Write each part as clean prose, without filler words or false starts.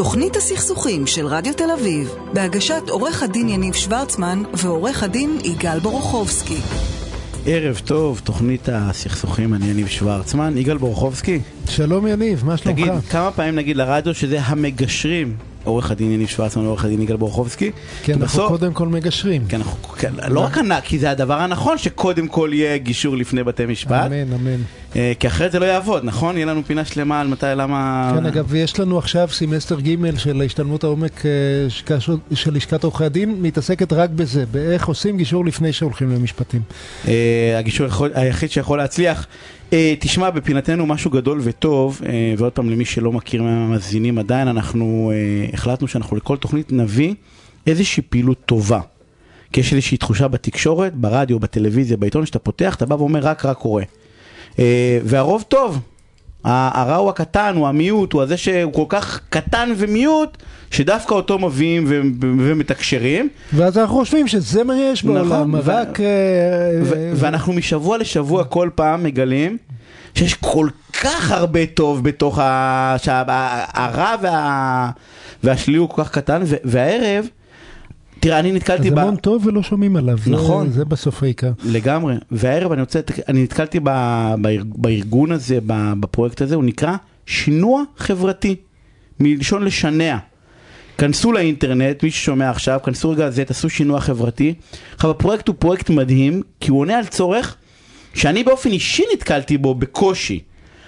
תוכנית הסכסוכים של רדיו תל אביב, בהגשת עורך הדין יניב שוורצמן ועורך הדין יגאל בורוכובסקי. ערב טוב, תוכנית הסכסוכים, אני יניב שוורצמן. יגאל בורוכובסקי. שלום יניב, מה שלומך? תגיד, כמה פעמים נגיד לרדיו שזה המגשרים, עורך הדין יניב שוורצמן ועורך הדין יגאל בורוכובסקי? כן, אנחנו קודם כל מגשרים. כן, לא רק ענק, כי זה הדבר הנכון שקודם כל יהיה גישור לפני בתי משפט. אמן, אמן. כי אחרת זה לא יעבוד, נכון? יהיה לנו פינה שלמה על מתי, למה... כן, אגב, יש לנו עכשיו סמסטר ג' של השתלמות העומק של לשכת עורכי הדין, מתעסקת רק בזה, באיך עושים גישור לפני שהולכים למשפטים. הגישור היחיד שיכול להצליח. תשמע, בפינתנו משהו גדול וטוב, ועוד פעם למי שלא מכיר מהמאזינים עדיין, אנחנו החלטנו שאנחנו לכל תוכנית נביא איזושהי פעילות טובה. כי יש איזושהי תחושה בתקשורת, ברדיו, בטלוויזיה, בעיתון, שאתה פותח, אתה בא ואומר רק קורה. והרוב טוב. הרע הוא הקטן, הוא המיעוט, הוא הזה שהוא כל כך קטן ומיעוט, שדווקא אותו מביאים ומתקשרים. ואז אנחנו חושבים שזה מה יש בעולם, רק... ואנחנו משבוע לשבוע כל פעם מגלים שיש כל כך הרבה טוב בתוך הרע והשלילי הוא כל כך קטן, והערב, תראה, אני נתקלתי... אז המון טוב ולא שומעים עליו. נכון. זה בסוף העיקר. לגמרי. והערב אני נתקלתי בארגון הזה, בפרויקט הזה, הוא נקרא שינוע חברתי. מלשון לשנע. כנסו לאינטרנט, מי ששומע עכשיו, כנסו רגע לזה, תעשו שינוע חברתי. עכשיו, הפרויקט הוא פרויקט מדהים, כי הוא עונה על צורך שאני באופן אישי נתקלתי בו בקושי.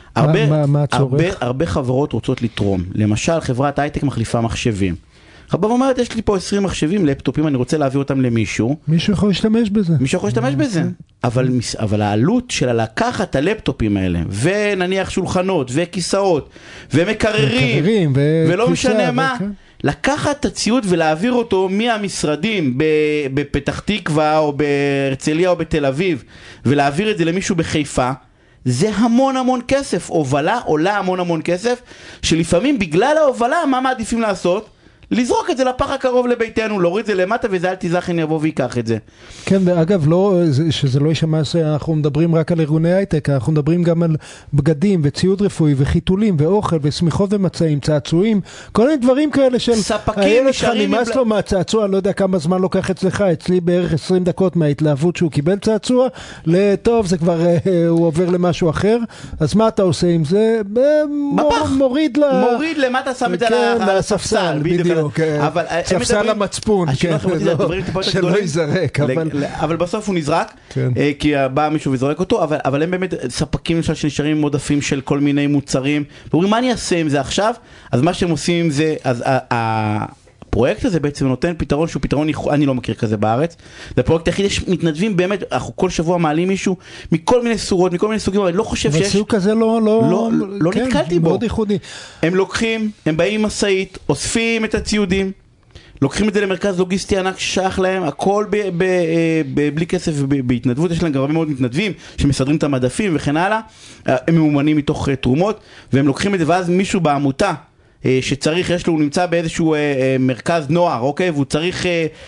הרבה חברות רוצות לתרום. למשל, חברת הייטק מחליפה מחשבים. רבא אומרת, יש לי פה 20 מחשבים, לפטופים, אני רוצה להביא אותם למישהו. מישהו יכול להשתמש בזה. מישהו יכול להשתמש בזה. אבל העלות של לקחת את הלפטופים האלה, ונניח שולחנות, וכיסאות, ומקררים, ולא משנה מה, לקחת את הציוד ולהעביר אותו מהמשרדים בפתח תקווה, או בהרצליה, או בתל אביב, ולהעביר את זה למישהו בחיפה, זה המון המון כסף. הובלה עולה המון המון כסף, שלפעמים בגלל ההובלה, מה מעדיפים לעשות? לזרוק את זה לפח הקרוב לביתנו, להוריד את זה למטה, וזה אל תזכן יבוא ויקח את זה. כן, ואגב, לא, שזה לא יישמע שאנחנו מדברים רק על ארגוני הייטק, אנחנו מדברים גם על בגדים וציוד רפואי וחיתולים ואוכל וסמיכות ומצעים, צעצועים, כל מיני דברים כאלה של... ספקים נשארים... נמאס לו מהצעצוע, לא יודע כמה זמן לוקח אצלך, אצלי בערך 20 דקות מההתלהבות שהוא קיבל צעצוע, לטוב, זה כבר הוא עובר למשהו אחר, אז מה אתה עושה עם זה? מוריד למטה, שם את זה על הספסל, בדיוק. ספסל המצפון, שלא יזרק, אבל בסוף הוא נזרק, כי בא מישהו וזורק אותו, אבל הם באמת ספקים שנשארים עם עודפים של כל מיני מוצרים, ואומרים, מה אני אעשה עם זה עכשיו? אז מה שהם עושים עם זה, אז הפרויקט הזה בעצם נותן פתרון שהוא פתרון, אני לא מכיר כזה בארץ, זה הפרויקט היחיד, יש מתנדבים באמת, אנחנו כל שבוע מעלים מישהו מכל מיני סורות, מכל מיני סוגים, אבל אני לא חושב שיש... אבל כזה לא נתקלתי בו. מאוד ייחודי. הם לוקחים, הם באים עם מסעית, אוספים את הציודים, לוקחים את זה למרכז לוגיסטי ענק ששייך להם, הכל בלי כסף ובהתנדבות, יש להם גם הרבה מאוד מתנדבים שמסדרים את המדפים וכן הלאה, הם ממומנים מתוך תרומות, והם לוקחים את זה, ואז מישהו בעמותה, שצריך, יש לו, הוא נמצא באיזשהו מרכז נוער, אוקיי, והוא צריך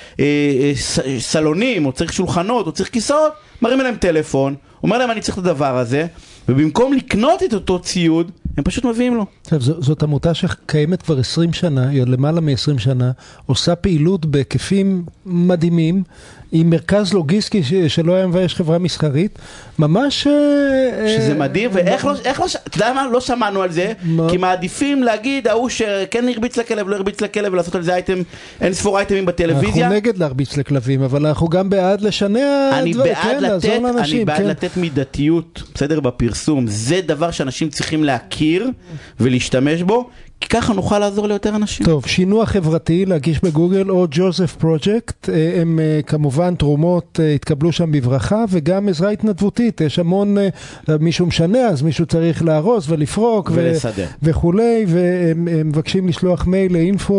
סלונים, או צריך שולחנות, או צריך כיסאות, מרים אליהם טלפון, אומר להם אני צריך את הדבר הזה, ובמקום לקנות את אותו ציוד, הם פשוט מביאים לו. זאת עמותה שקיימת כבר 20 שנה, למעלה מ-20 שנה, עושה פעילות בהיקפים מדהימים, עם מרכז לוגיסטי שלא היה מבייש חברה מסחרית, ממש... שזה מדהים, ואיך לא, אתה יודע מה? לא שמענו על זה, כי מעדיפים להגיד, ההוא שכן הרביץ לכלב, לא הרביץ לכלב, ולעשות על זה אייטם, אין ספור אייטמים בטלוויזיה. אנחנו נגד להרביץ לכלבים, אבל אנחנו גם בעד לשנע דברים, כן, לעזור לאנשים. אני בעד לתת מידתיות, בסדר, בפרסום. זה דבר שאנשים צריכים להכיר ולהשתמש בו, כי ככה נוכל לעזור ליותר אנשים. טוב, שינוע חברתי, להגיש בגוגל או ג'וזף פרויקט, הם כמובן תרומות התקבלו שם בברכה, וגם עזרה התנדבותית, יש המון, מישהו משנה, אז מישהו צריך להרוס ולפרוק ולסדר. וכולי, והם מבקשים לשלוח מייל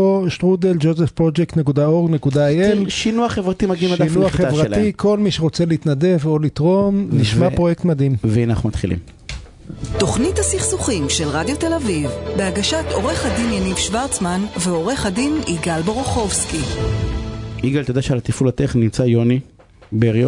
ל-info@josephproject.org.il. שינוע חברתי מגיעים לדף שינוע חברתי, כל מי שרוצה להתנדב או לתרום, נשמע פרויקט מדהים. והנה אנחנו מתחילים. תוכנית הסכסוכים של רדיו תל אביב, בהגשת עורך הדין יניב שוורצמן ועורך הדין יגאל בורוכובסקי. יגאל, אתה יודע שעל התפעול הטכני נמצא יוני בריו,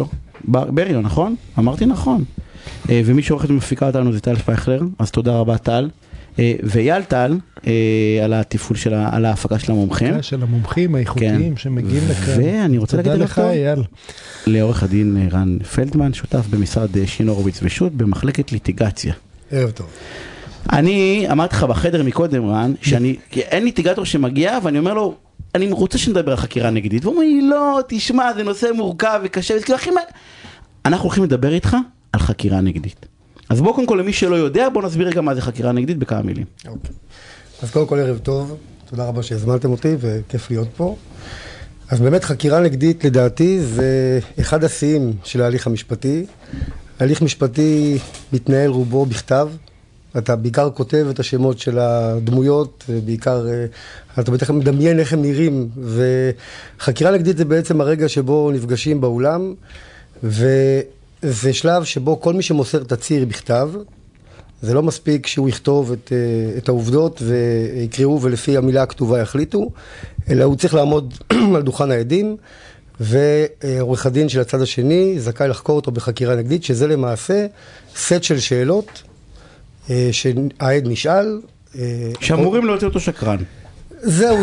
נכון? אמרתי נכון. ומי שעורכת ומפיקה אותנו זה טל שפייכלר, אז תודה רבה טל. ואייל טל, על התפעול על ההפקה של המומחים. של המומחים האיכותיים שמגיעים לכאן. ואני רוצה להגיד לך, אייל. לעורך הדין רן פלדמן, שותף במשרד שין הורוביץ ושות' במחלקת ליטיגציה. ערב טוב. אני אמרתי לך בחדר מקודם, רן, שאין ליטיגטור שמגיע, ואני אומר לו, אני רוצה שנדבר על חקירה נגדית. והוא אומר לי, לא, תשמע, זה נושא מורכב וקשה. אנחנו הולכים לדבר איתך על חקירה נגדית. אז בואו קודם כל למי שלא יודע, בואו נסביר גם מה זה חקירה נגדית בכמה מילים. אוקיי. אז קודם כל ערב טוב, תודה רבה שהזמנתם אותי וכיף להיות פה. אז באמת חקירה נגדית לדעתי זה אחד השיאים של ההליך המשפטי. ההליך משפטי מתנהל רובו בכתב. אתה בעיקר כותב את השמות של הדמויות, בעיקר אתה בטח מדמיין איך הם נראים, וחקירה נגדית זה בעצם הרגע שבו נפגשים באולם, וזה שלב שבו כל מי שמוסר תצהיר בכתב, זה לא מספיק שהוא יכתוב את העובדות ויקראו ולפי המילה הכתובה יחליטו, אלא הוא צריך לעמוד על דוכן העדים, ועורך הדין של הצד השני זכאי לחקור אותו בחקירה נגדית, שזה למעשה סט של שאלות, שהעד נשאל. שאמורים להוציא אותו שקרן. זהו,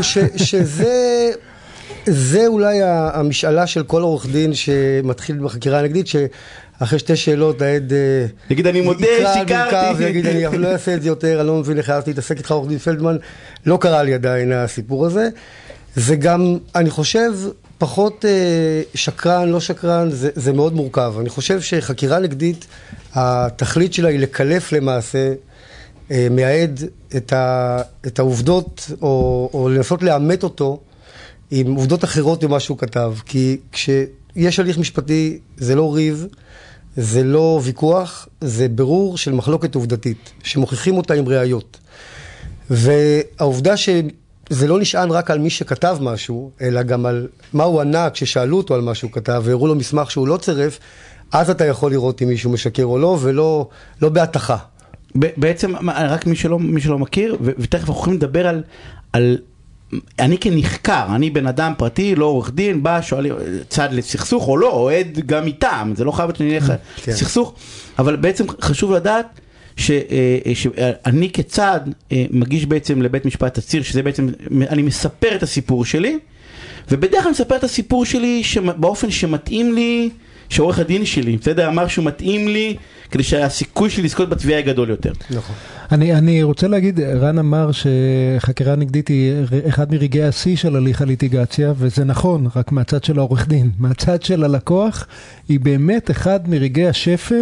זה אולי המשאלה של כל עורך דין שמתחיל בחקירה הנגדית, שאחרי שתי שאלות העד יגיד אני מודה, שיקרתי. ויגיד אני לא אעשה את זה יותר, אני לא מבין איך אהבתי להתעסק איתך עורך דין פלדמן. לא קרה לי עדיין הסיפור הזה. זה גם, אני חושב, פחות שקרן, לא שקרן, זה מאוד מורכב. אני חושב שחקירה נגדית, התכלית שלה היא לקלף למעשה מהעד את העובדות, או לנסות לאמת אותו עם עובדות אחרות ממה שהוא כתב. כי כשיש הליך משפטי, זה לא ריב, זה לא ויכוח, זה ברור של מחלוקת עובדתית, שמוכיחים אותה עם ראיות. והעובדה זה לא נשען רק על מי שכתב משהו, אלא גם על מה הוא ענה כששאלו אותו על מה שהוא כתב, והראו לו מסמך שהוא לא צירף, אז אתה יכול לראות אם מישהו משקר או לא, ולא בהתחה. בעצם, רק מי שלא מכיר, ותכף אנחנו יכולים לדבר על אני כנחקר, אני בן אדם פרטי, לא עורך דין, בא, שואל צד לסכסוך או לא, או עד גם איתם, זה לא חייב שאני אלך סכסוך, אבל בעצם חשוב לדעת, שאני כצד מגיש בעצם לבית משפט תצהיר, שזה בעצם, אני מספר את הסיפור שלי, ובדרך כלל אני מספר את הסיפור שלי באופן שמתאים לי, שעורך הדין שלי, בסדר, אמר שהוא מתאים לי, כדי שהסיכוי שלי לזכות בתביעה היא גדול יותר. נכון. אני רוצה להגיד, רן אמר שחקירה נגדית היא אחד מרגעי השיא של הליך הליטיגציה, וזה נכון, רק מהצד של העורך דין. מהצד של הלקוח, היא באמת אחד מרגעי השפל,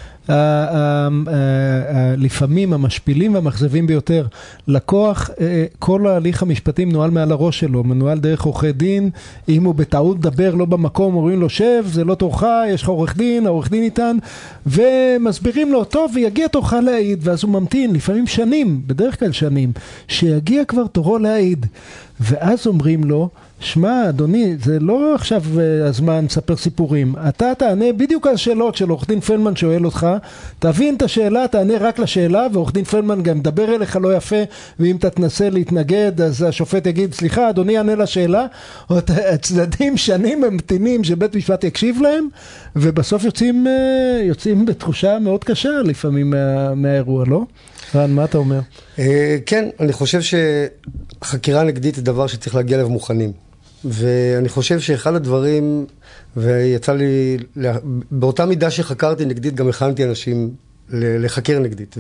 לפעמים המשפילים והמחזבים ביותר. לקוח, כל ההליך המשפטי מנוהל מעל הראש שלו, מנוהל דרך עורכי דין, אם הוא בטעות דבר לא במקום, אומרים לו שב, זה לא תורך, יש לך עורך דין, העורך דין איתן, ומסבירים לו, טוב, ויגיע תורך להעיד, ואז הוא ממתין, לפעמים שנים, בדרך כלל שנים, שיגיע כבר תורו להעיד, ואז אומרים לו, שמע, אדוני, זה לא עכשיו הזמן לספר סיפורים. אתה תענה בדיוק על השאלות של עורך דין פלדמן שואל אותך, תבין את השאלה, תענה רק לשאלה, ועורך דין פלדמן גם מדבר אליך לא יפה, ואם אתה תנסה להתנגד, אז השופט יגיד, סליחה, אדוני יענה לשאלה, או הצדדים שנים ממתינים שבית משפט יקשיב להם, ובסוף יוצאים בתחושה מאוד קשה לפעמים מהאירוע, לא? רן, מה אתה אומר? כן, אני חושב שחקירה נגדית זה דבר שצריך להגיע אליו מוכנים. ואני חושב שאחד הדברים, ויצא לי, באותה מידה שחקרתי נגדית, גם הכנתי אנשים לחקר נגדית.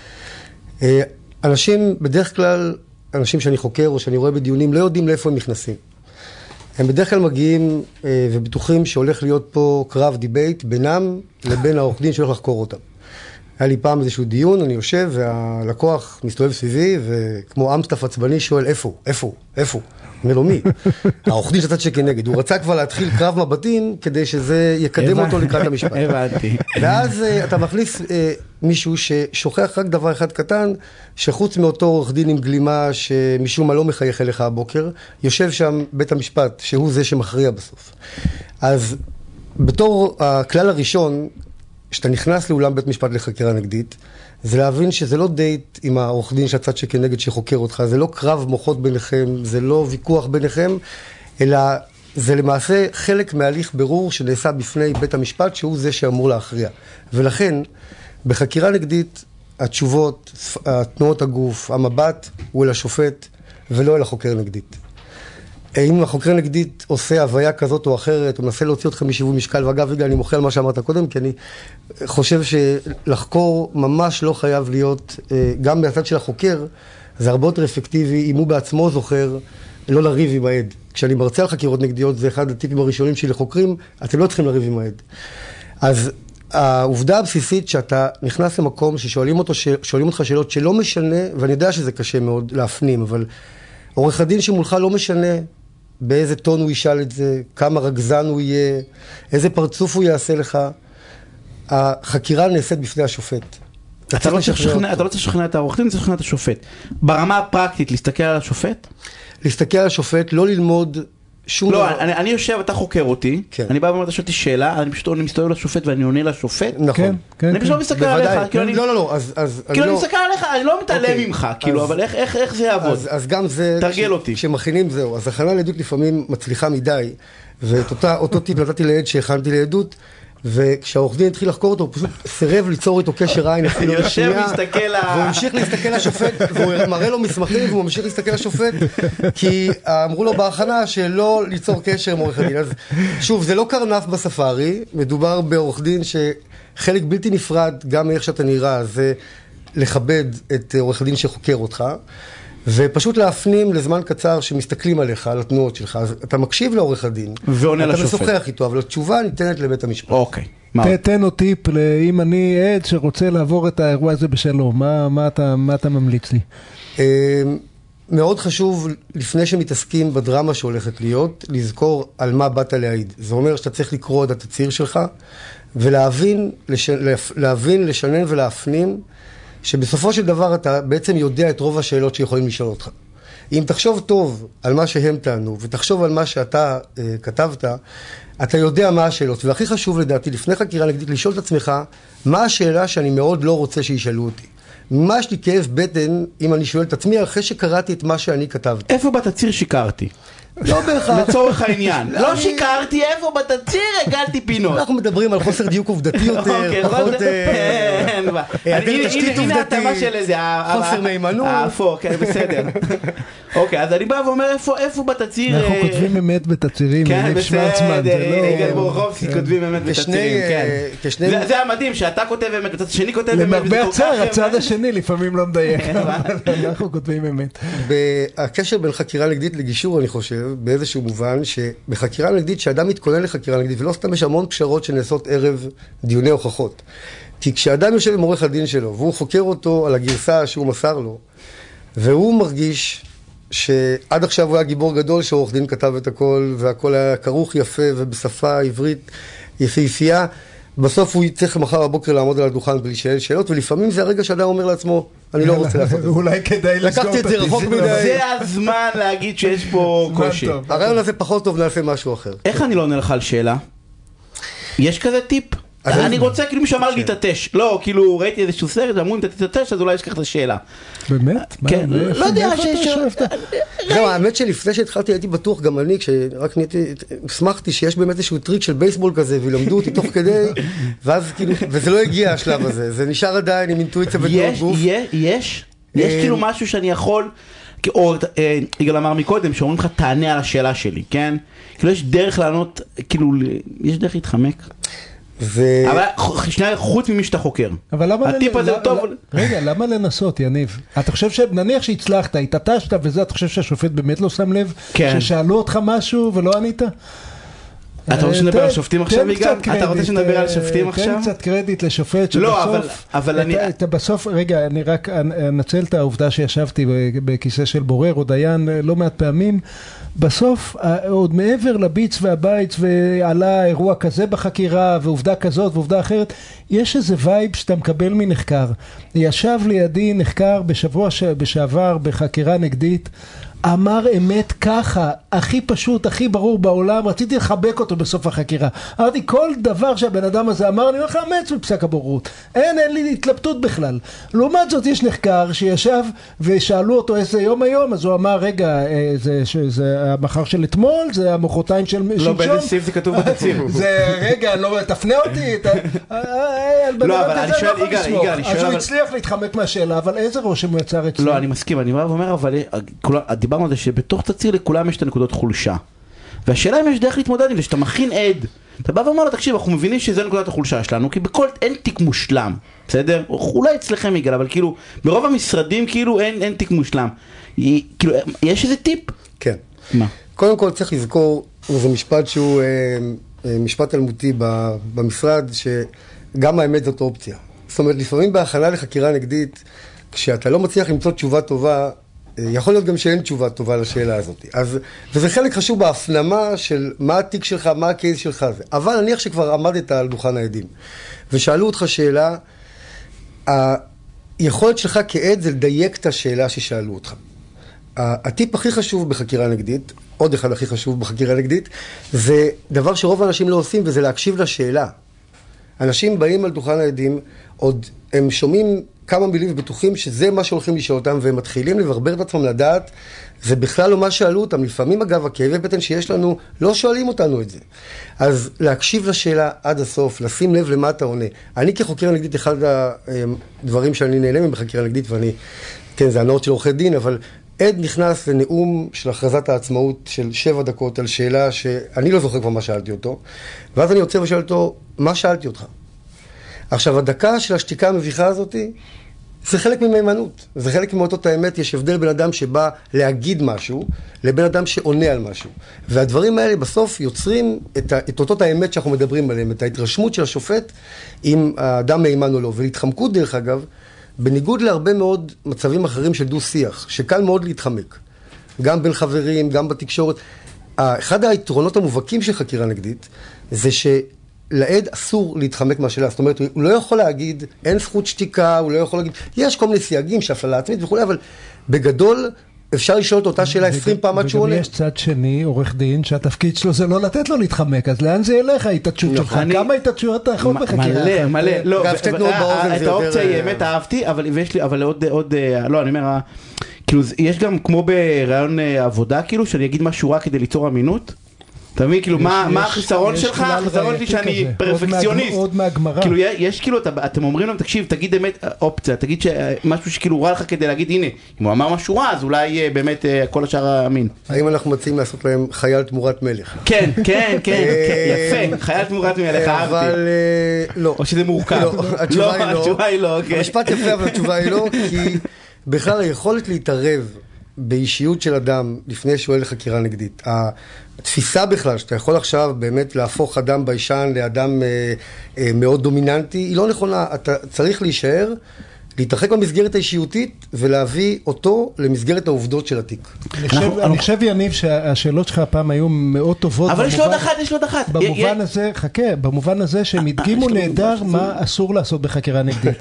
ואנשים, בדרך כלל, אנשים שאני חוקר או שאני רואה בדיונים, לא יודעים לאיפה הם נכנסים. הם בדרך כלל מגיעים ובטוחים שהולך להיות פה קרב דיבייט בינם לבין העורך דין שהולך לחקור אותם. היה לי פעם איזשהו דיון, אני יושב והלקוח מסתובב סביבי, וכמו אמסטף עצבני שואל, איפה? אומר לו, מי? העורך דין שצד שכנגד. הוא רצה כבר להתחיל קרב מבטים, כדי שזה יקדם אותו לקראת המשפט. הבנתי. ואז אתה מכניס מישהו ששוכח רק דבר אחד קטן, שחוץ מאותו עורך דין עם גלימה, שמשום מה לא מחייך אליך הבוקר, יושב שם בית המשפט, שהוא זה שמכריע בסוף. אז בתור הכלל הראשון, כשאתה נכנס לאולם בית משפט לחקירה נגדית, זה להבין שזה לא דייט עם העורך דין שהצד שכנגד שחוקר אותך, זה לא קרב מוחות ביניכם, זה לא ויכוח ביניכם, אלא זה למעשה חלק מהליך ברור שנעשה בפני בית המשפט, שהוא זה שאמור להכריע. ולכן, בחקירה נגדית, התשובות, תנועות הגוף, המבט, הוא אל השופט ולא אל החוקר נגדית. אם החוקר נגדית עושה הוויה כזאת או אחרת, הוא מנסה להוציא אותך משיווי משקל, ואגב, אני מוחה על מה שאמרת קודם, כי אני חושב שלחקור ממש לא חייב להיות, גם מהצד של החוקר, זה הרבה יותר אפקטיבי, אם הוא בעצמו זוכר, לא לריב עם העד. כשאני מרצה על חקירות נגדיות, זה אחד הטיפים הראשונים שלי לחוקרים, אתם לא צריכים לריב עם העד. אז העובדה הבסיסית שאתה נכנס למקום ששואלים אותך שאלות שלא משנה, ואני יודע שזה קשה מאוד להפנים, אבל עורך הדין שמולך לא משנה באיזה טון הוא ישאל את זה, כמה רגזן הוא יהיה, איזה פרצוף הוא יעשה לך. החקירה נעשית בפני השופט. אתה לא צריך לשכנע את העורך דין, אתה צריך לשכנע את השופט. ברמה הפרקטית, להסתכל על השופט? להסתכל על השופט, לא ללמוד שום דבר. לא, אני יושב, אתה חוקר אותי, אני בא ואומר, אתה שואל אותי שאלה, אני פשוט מסתובב לשופט ואני עונה לשופט. נכון. אני פשוט מסתכל עליך. לא, כאילו אני מסתכל עליך, אני לא מתעלם ממך, כאילו, אבל איך זה יעבוד? אז גם זה, תרגל אותי. כשמכינים זהו, אז הכנה לעדות לפעמים מצליחה מדי, ואת אותו טיפ נתתי לעד שהכנתי לעדות, וכשהעורך דין התחיל לחקור אותו, הוא פשוט סירב ליצור איתו קשר עין אפילו לשנייה, והוא המשיך להסתכל לשופט, והוא מראה לו מסמכים, והוא ממשיך להסתכל לשופט, כי אמרו לו בהכנה שלא ליצור קשר עם עורך הדין. אז שוב, זה לא קרנף בספארי, מדובר בעורך דין שחלק בלתי נפרד, גם מאיך שאתה נראה, זה לכבד את עורך הדין שחוקר אותך, ופשוט להפנים לזמן קצר שמסתכלים עליך, על התנועות שלך, אז אתה מקשיב לעורך הדין, ועונה לשופט. אתה משוחח איתו, אבל התשובה ניתנת לבית המשפט. אוקיי. תן עוד טיפ, אם אני עד שרוצה לעבור את האירוע הזה בשלום, מה אתה ממליץ לי? מאוד חשוב, לפני שמתעסקים בדרמה שהולכת להיות, לזכור על מה באת להעיד. זה אומר שאתה צריך לקרוא את התצהיר שלך, ולהבין, לשנן ולהפנים, שבסופו של דבר אתה בעצם יודע את רוב השאלות שיכולים לשאול אותך. אם תחשוב טוב על מה שהם טענו, ותחשוב על מה שאתה כתבת, אתה יודע מה השאלות. והכי חשוב לדעתי, לפני חקירה נגדית, לשאול את עצמך, מה השאלה שאני מאוד לא רוצה שישאלו אותי. ממש לי כאב בטן, אם אני שואל את עצמי, אחרי שקראתי את מה שאני כתבתי. איפה בתצהיר שיקרתי? לא בהכרח. לצורך העניין. לא שיקרתי, איפה בתצהיר הגלתי פינות. אנחנו מדברים על חוסר דיוק עובדתי יותר, פחות... הנה התאמה של איזה... חוסר מהימנות. כן, בסדר. אוקיי, אז אני בא ואומר, איפה בתצהיר... אנחנו כותבים אמת בתצהירים, כן, בסדר. יגאל בורוכובסקי כותבים אמת בתצהירים, כן. זה המדהים, שאתה כותב אמת, בצד השני כותב אמת. למרבה הצער, הצד השני לפעמים לא מדייק. אנחנו כותבים אמת. הקשר בין חקירה נגדית לגישור, אני חושב, באיזשהו מובן, שבחקירה נגדית, שאדם מתכונן לחקירה נגדית, ולא סתם יש המון קשרות שנעשות ערב דיוני הוכחות. כי כשאדם יושב עם עורך הדין שלו, והוא חוקר אותו על הגרסה שהוא מסר לו, והוא מרגיש שעד עכשיו הוא היה גיבור גדול, שעורך דין כתב את הכל, והכל היה כרוך יפה, ובשפה עברית יפהפייה, בסוף הוא צריך מחר בבוקר לעמוד על הדוכן ולשאל שאלות, ולפעמים זה הרגע שאדם אומר לעצמו, אני לא רוצה לעשות את זה. אולי כדאי לסגור לקחתי את זה רחוק מדי. זה הזמן להגיד שיש פה קושי. הרעיון הזה פחות טוב, נעשה משהו אחר. איך אני לא עונה לך על שאלה? יש כזה טיפ? אני רוצה, כאילו מישהו אמר לי תתש. לא, כאילו ראיתי איזשהו סרט, אמרו אם אתה תתש, אז אולי יש כך את השאלה. באמת? כן, לא יודע שיש... זהו, האמת שלפני שהתחלתי הייתי בטוח גם אני, כשרק שמחתי שיש באמת איזשהו טריק של בייסבול כזה, ולמדו אותי תוך כדי, ואז כאילו, וזה לא הגיע השלב הזה, זה נשאר עדיין עם אינטואיציה ותנועות גוף. יש כאילו משהו שאני יכול, או יגאל אמר מקודם, שאומרים לך תענה על השאלה שלי, כן? כאילו יש דרך לענות, כאילו, יש דרך להתחמק. אבל שנייה, חוץ ממי שאתה חוקר. הטיפ הזה טוב. רגע, למה לנסות, יניב? אתה חושב שנניח שהצלחת, התעטשת וזה, אתה חושב שהשופט באמת לא שם לב? ששאלו אותך משהו ולא ענית? אתה רוצה שנדבר על שופטים עכשיו, יגאל? אתה רוצה שנדבר על שופטים עכשיו? תן קצת קרדיט לשופט שבסוף... אתה בסוף, רגע, אני רק אנצל את העובדה שישבתי בכיסא של בורר או דיין לא מעט פעמים, בסוף, עוד מעבר לביץ והבית ועלה אירוע כזה בחקירה ועובדה כזאת ועובדה אחרת, יש איזה וייב שאתה מקבל מנחקר. ישב לידי נחקר בשבוע שעבר בחקירה נגדית, אמר אמת ככה, הכי פשוט, הכי ברור בעולם, רציתי לחבק אותו בסוף החקירה. אמרתי, כל דבר שהבן אדם הזה אמר, אני הולך לאמץ בפסק הבוררות. אין לי התלבטות בכלל. לעומת זאת, יש נחקר שישב ושאלו אותו איזה יום היום, אז הוא אמר, רגע, זה המחר של אתמול, זה המחרתיים של שלשום. לא, באיזה סעיף זה כתוב בתצהיר. זה, רגע, לא, תפנה אותי. לא, אבל אני שואל, יגאל, אז הוא הצליח להתחמק מהשאלה, אבל איזה רושם הוא יצר אצלו? לא, אני מסכים, אני אומר, אבל דיברנו על זה שבתוך תצהיר לכולם יש את הנקודות חולשה. והשאלה אם יש דרך להתמודד עם זה, שאתה מכין עד. אתה בא ואומר לו, תקשיב, אנחנו מבינים שזה נקודת החולשה שלנו, כי בכל, אין תיק מושלם, בסדר? אולי אצלכם יגאל, אבל כאילו, ברוב המשרדים כאילו אין תיק מושלם. כאילו, יש איזה טיפ? כן. מה? קודם כל צריך לזכור, זה משפט שהוא משפט תלמודי במשרד, שגם האמת זאת אופציה. זאת אומרת, לפעמים בהכנה לחקירה נגדית, כשאתה לא מצליח למצוא תשובה טובה, יכול להיות גם שאין תשובה טובה לשאלה הזאת. וזה חלק חשוב בהפנמה של מה התיק שלך, מה הקייס שלך זה. אבל נניח שכבר עמדת על דוכן העדים, ושאלו אותך שאלה, היכולת שלך כעד זה לדייק את השאלה ששאלו אותך. הטיפ הכי חשוב בחקירה נגדית, עוד אחד הכי חשוב בחקירה נגדית, זה דבר שרוב האנשים לא עושים, וזה להקשיב לשאלה. אנשים באים על דוכן העדים, עוד הם שומעים כמה מילים ובטוחים שזה מה שהולכים לשאול אותם, והם מתחילים לברבר את עצמם לדעת, זה בכלל לא מה שאלו אותם. לפעמים אגב, הכאבי בטן שיש לנו, לא שואלים אותנו את זה. אז להקשיב לשאלה עד הסוף, לשים לב למה אתה עונה. אני כחוקר נגדית, אחד הדברים שאני נהנה מהם בחקירה נגדית, ואני, כן, זה הנאות של עורכי דין, אבל עד נכנס לנאום של הכרזת העצמאות של 7 דקות על שאלה שאני לא זוכר כבר מה שאלתי אותו, ואז אני יוצא ושאל אותו, מה שאלתי אותך? עכשיו, הדקה של השתיקה המביכה הזאת, זה חלק ממהימנות, זה חלק מאותות האמת. יש הבדל בין אדם שבא להגיד משהו, לבין אדם שעונה על משהו. והדברים האלה בסוף יוצרים את אותות האמת שאנחנו מדברים עליהם, את ההתרשמות של השופט, אם האדם מהימן או לא. ולהתחמקות דרך אגב, בניגוד להרבה מאוד מצבים אחרים של דו-שיח, שקל מאוד להתחמק. גם בין חברים, גם בתקשורת. אחד היתרונות המובהקים של חקירה נגדית, זה לעד אסור להתחמק מהשאלה. זאת אומרת, הוא לא יכול להגיד, אין זכות שתיקה, הוא לא יכול להגיד, יש כל מיני סייגים שהפללה עצמית וכו', אבל בגדול אפשר לשאול את אותה שאלה 20 פעם עד שהוא עונה. וגם יש צד שני, עורך דין, שהתפקיד שלו זה לא לתת לו להתחמק, אז לאן זה ילך ההתעטשות שלך? כמה התעטשויות אתה יכול בחקירה? מלא. את האופציה היא אמת אהבתי, אבל עוד, לא, אני אומר, כאילו, יש גם כמו ברעיון עבודה, כאילו, שאני אגיד משהו רע כדי ליצור אמינות, אתה מבין, כאילו, מה החיסרון שלך? החיסרון שלי שאני פרפקציוניסט. עוד מהגמרא. כאילו, יש כאילו, אתם אומרים להם, תקשיב, תגיד באמת אופציה, תגיד משהו שכאילו רע לך כדי להגיד, הנה, אם הוא אמר משהו רע, אז אולי באמת כל השאר אמין. האם אנחנו מציעים לעשות להם חייל תמורת מלך? כן, יפה, חייל תמורת מלך, אהבתי. אבל לא. או שזה מורכב. התשובה היא לא. אוקיי. המשפט יפה, אבל התשובה היא לא, כי בכלל היכולת להתערב באישיות של אדם לפני שהוא עולה לחקירה נגדית. התפיסה בכלל שאתה יכול עכשיו באמת להפוך אדם ביישן לאדם מאוד דומיננטי, היא לא נכונה. אתה צריך להישאר, להתרחק במסגרת האישיותית ולהביא אותו למסגרת העובדות של התיק. אני חושב יניב שהשאלות שלך הפעם היו מאוד טובות. אבל יש לו עוד אחת. במובן הזה, חכה, במובן הזה שהם הדגימו נהדר מה אסור לעשות בחקירה נגדית.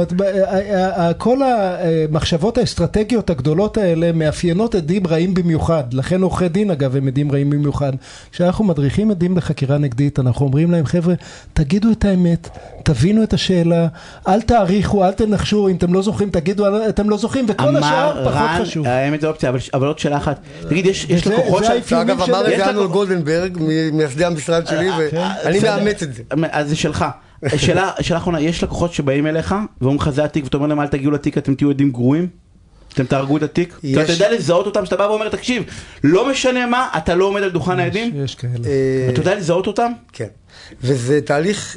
כל המחשבות האסטרטגיות הגדולות האלה מאפיינות עדים רעים במיוחד. לכן עורכי דין אגב הם עדים רעים במיוחד. כשאנחנו מדריכים עדים לחקירה נגדית, אנחנו אומרים להם, חבר'ה, תגידו את האמת, תבינו את השאלה, אל תעריכו, אל תנחשו, אם אתם לא זוכרים, תגידו, אתם לא זוכרים, וכל השאר פחות חשוב. האמת זה אופציה, אבל עוד שאלה אחת. תגיד, יש לקוחות אגב, אמר את זה אנול גולדנברג, מייסדי המשרד שלי, ואני מאמץ את זה. אז זה שלך. שאלה אחרונה, יש לקוחות שבאים אליך, ואומרים לך זה התיק, ואתה אומר להם, אל תגיעו לתיק, אתם תהיו עדים גרועים? אתם תהרגו את התיק? אתה יודע לזהות אותם, שאתה בא ואומר, תקשיב, לא משנה מה, אתה לא עומד על דוכן העדים? יש כאלה. אתה יודע לזהות אותם? כן. וזה תהליך,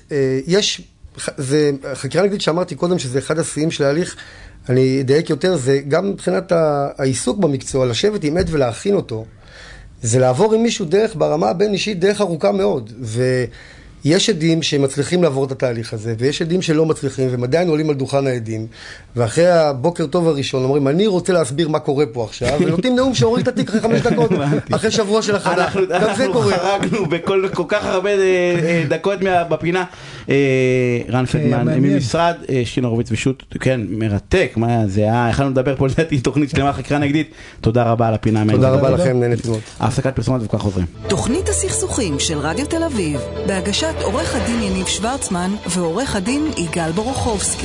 זה חקירה נגדית שאמרתי קודם שזה אחד השיאים של ההליך, אני אדייק יותר, זה גם מבחינת העיסוק במקצוע, לשבת עם עד ולהכין אותו, זה לעבור עם מישהו דרך ברמה הבין אישית, דרך ארוכה מאוד, יש עדים שמצליחים לעבור את התהליך הזה, ויש עדים שלא מצליחים, והם עדיין עולים על דוכן העדים, ואחרי הבוקר טוב הראשון אומרים, אני רוצה להסביר מה קורה פה עכשיו, ונותנים נאום שהוריד את התיק אחרי 5 דקות, אחרי שבוע של הכנה. אנחנו חרגנו בכל כך הרבה דקות בפינה. רן פלדמן, ממשרד שינה הורוביץ ושות, כן, מרתק, יכולנו לדבר פה לדעתי תוכנית שלמה חקירה נגדית. תודה רבה על הפינה. תודה רבה לכם, נהנית מאוד. הפסקת פרסומות וכך חוזרים. תוכנית הסכסוכים של רדיו תל אביב, בהגשת עורך הדין יניב שוורצמן ועורך הדין יגאל בורוכובסקי.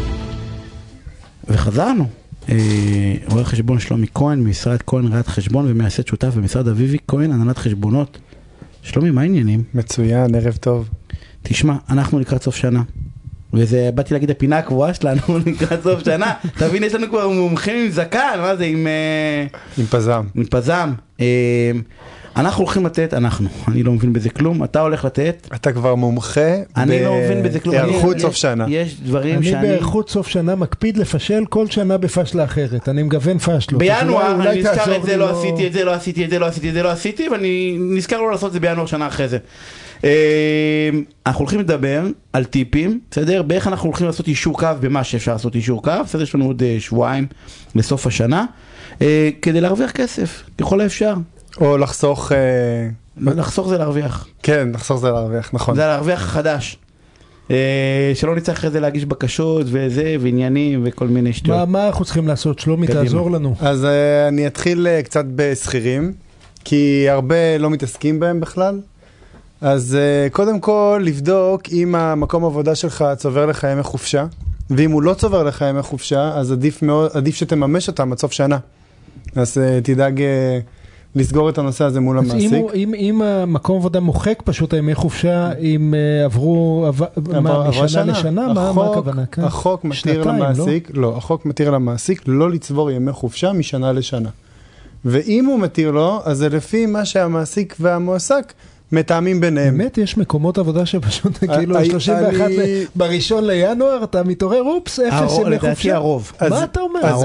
וחזרנו. עורך חשבון שלומי כהן ממשרד כהן ראיית חשבון ומייסד שותף במשרד אביבי כהן הנהלת חשבונות. שלומי, מה העניינים? מצוין, ערב טוב. תשמע, אנחנו לקראת סוף שנה, וזה, באתי להגיד הפינה הקבועה שלנו לקראת סוף שנה. תבין, יש לנו כבר מומחים עם זקן, מה זה, עם פזם. עם פזם. אנחנו הולכים לתת, אני לא מבין בזה כלום, אתה הולך לתת. אתה כבר מומחה אני לא מבין בזה כלום. בהיערכות סוף שנה. יש דברים אני בהיערכות סוף שנה מקפיד לפשל כל שנה בפשלה אחרת, אני מגוון פשלות. בינואר אני נזכר את זה, לא עשיתי, ואני נזכר לא לעשות את זה בינואר שנה אחרי זה. אנחנו הולכים לדבר על טיפים, בסדר? באיך אנחנו הולכים לעשות אישור קו, במה שאפשר לעשות אישור קו, בסדר? יש לנו עוד שבועיים לסוף השנה, כדי להרוויח כסף, ככל האפשר. או לחסוך... לחסוך זה להרוויח. כן, לחסוך זה להרוויח, נכון. זה להרוויח חדש. שלא נצטרך אחרי זה להגיש בקשות וזה, ועניינים וכל מיני שטויות. מה אנחנו צריכים לעשות? שלומי, תעזור לנו. אז אני אתחיל קצת בסחירים, כי הרבה לא מתעסקים בהם בכלל. אז קודם כל לבדוק אם המקום עבודה שלך צובר לך ימי חופשה, ואם הוא לא צובר לך ימי חופשה, אז עדיף שתממש אותם עד סוף שנה. אז תדאג לסגור את הנושא הזה מול המעסיק. אם המקום עבודה מוחק פשוט הימי חופשה, אם עברו משנה לשנה, מה הכוונה? החוק מתיר למעסיק, לא, החוק מתיר למעסיק לא לצבור ימי חופשה משנה לשנה. ואם הוא מתיר לו, אז זה לפי מה שהמעסיק והמועסק מתאמים ביניהם. באמת יש מקומות עבודה שפשוט כאילו 31 בראשון לינואר אתה מתעורר, אופס, אפס ימי חופשה. מה אתה אומר? אז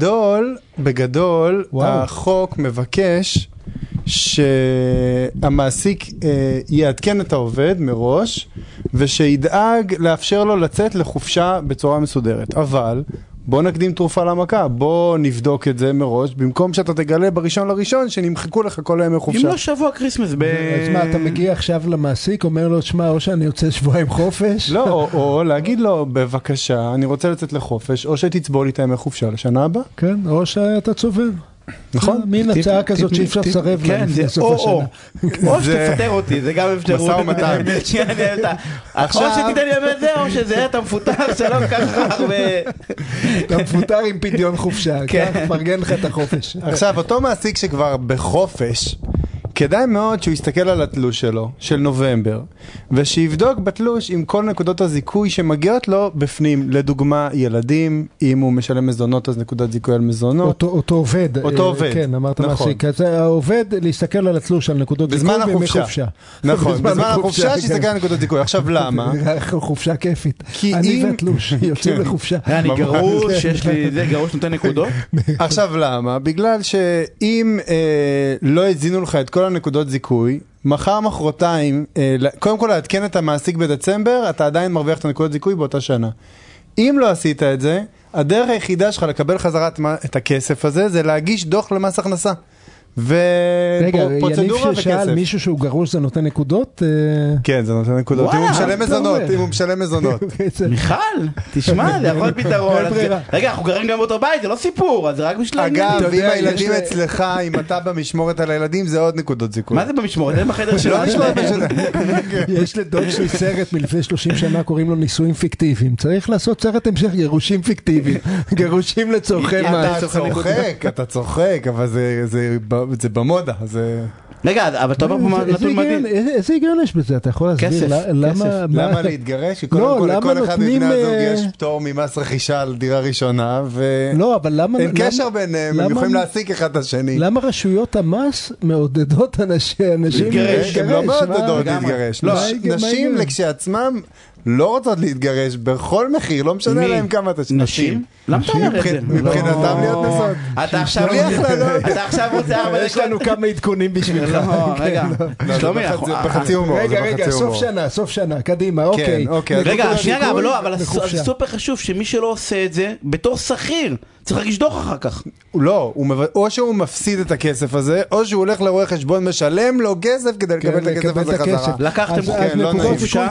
בגדול החוק מבקש שהמעסיק יעדכן את העובד מראש, ושידאג לאפשר לו לצאת לחופשה בצורה מסודרת. אבל בוא נקדים תרופה למכה, בוא נבדוק את זה מראש, במקום שאתה תגלה בראשון לראשון שנמחקו לך כל הימי חופשה. אם לא שבוע קריסמס אז מה, אתה מגיע עכשיו למעסיק, אומר לו, שמה, או שאני יוצא שבועיים חופש? לא, או להגיד לו, בבקשה, אני רוצה לצאת לחופש, או שתצבור לי את הימי חופשה לשנה הבאה. כן, או שאתה צובר. נכון? מין הצעה כזאת שאי אפשר לסרב להם בסוף השנה. או שתפטר אותי, זה גם אפשרות. מסע ומתן. או שתיתן לי את זה, או שזה אתה מפוטר שלא ככה הרבה. אתה מפוטר עם פדיון חופשה, מרגן לך את החופש. עכשיו, אותו מעסיק שכבר בחופש, כדאי מאוד שהוא יסתכל על התלוש שלו, של נובמבר, ושיבדוק בתלוש עם כל נקודות הזיכוי שמגיעות לו בפנים. לדוגמה, ילדים, אם הוא משלם מזונות, אז נקודת זיכוי על מזונות. אותו עובד. אותו עובד. כן, אמרת מעסיק. אז העובד להסתכל על התלוש על נקודות זיכוי בימי חופשה. נכון, בזמן החופשה שיסתכל על נקודות זיכוי. עכשיו למה? חופשה כיפית. אני והתלוש, יוצאים לחופשה. אני גרוש, שיש לי זה, גרוש נותן נקודות. עכשיו למה? בגלל שאם לא הזינו לך את כל הנקודות זיכוי, מחר מחרתיים, קודם כל לעדכן את המעסיק בדצמבר, אתה עדיין מרוויח את הנקודות זיכוי באותה שנה. אם לא עשית את זה, הדרך היחידה שלך לקבל חזרה את הכסף הזה, זה להגיש דוח למס הכנסה. ופרוצדורה וכסף. ששאל מישהו שהוא גרוש זה נותן נקודות? כן, זה נותן נקודות. אם הוא משלם מזונות. מיכל, תשמע, זה יכול פתרון. רגע, אנחנו גרים גם באותו בית, זה לא סיפור, אז זה רק בשביל העניין. אגב, אם הילדים אצלך, אם אתה במשמורת על הילדים, זה עוד נקודות זיכוי. מה זה במשמורת? זה בחדר שלנו. יש לדוד שלי סרט מלפני 30 שנה, קוראים לו נישואים פיקטיביים. צריך לעשות סרט המשך, גירושים פיקטיביים. גירושים לצורכי מס. אתה צוחק, אבל זה במודה, זה... רגע, אבל אתה אומר פה נתון מדהים. איזה היגיון יש בזה? אתה יכול להסביר למה להתגרש? כל אחד מבני הזוג יש פטור ממס רכישה על דירה ראשונה, ואין קשר ביניהם, הם יכולים להעסיק אחד את השני. למה רשויות המס מעודדות אנשים להתגרש? הם לא מעודדות להתגרש. נשים לכשעצמם לא רוצות להתגרש בכל מחיר, לא משנה להם כמה אתה... נשים? למה אתה אומר את זה? מבחינתם להיות נסות. אתה עכשיו רוצה 4 יש לנו כמה עדכונים בשבילך. רגע, שלומי, בחצי הומור. רגע, סוף שנה, קדימה, אוקיי. רגע, שנייה, אבל סופר חשוב שמי שלא עושה את זה, בתור שכיר, צריך להגיש דוח אחר כך. לא, או שהוא מפסיד את הכסף הזה, או שהוא הולך לרואה חשבון, משלם לו כסף כדי לקבל את הכסף הזה חזרה. לקחתם נקודות זיכוי,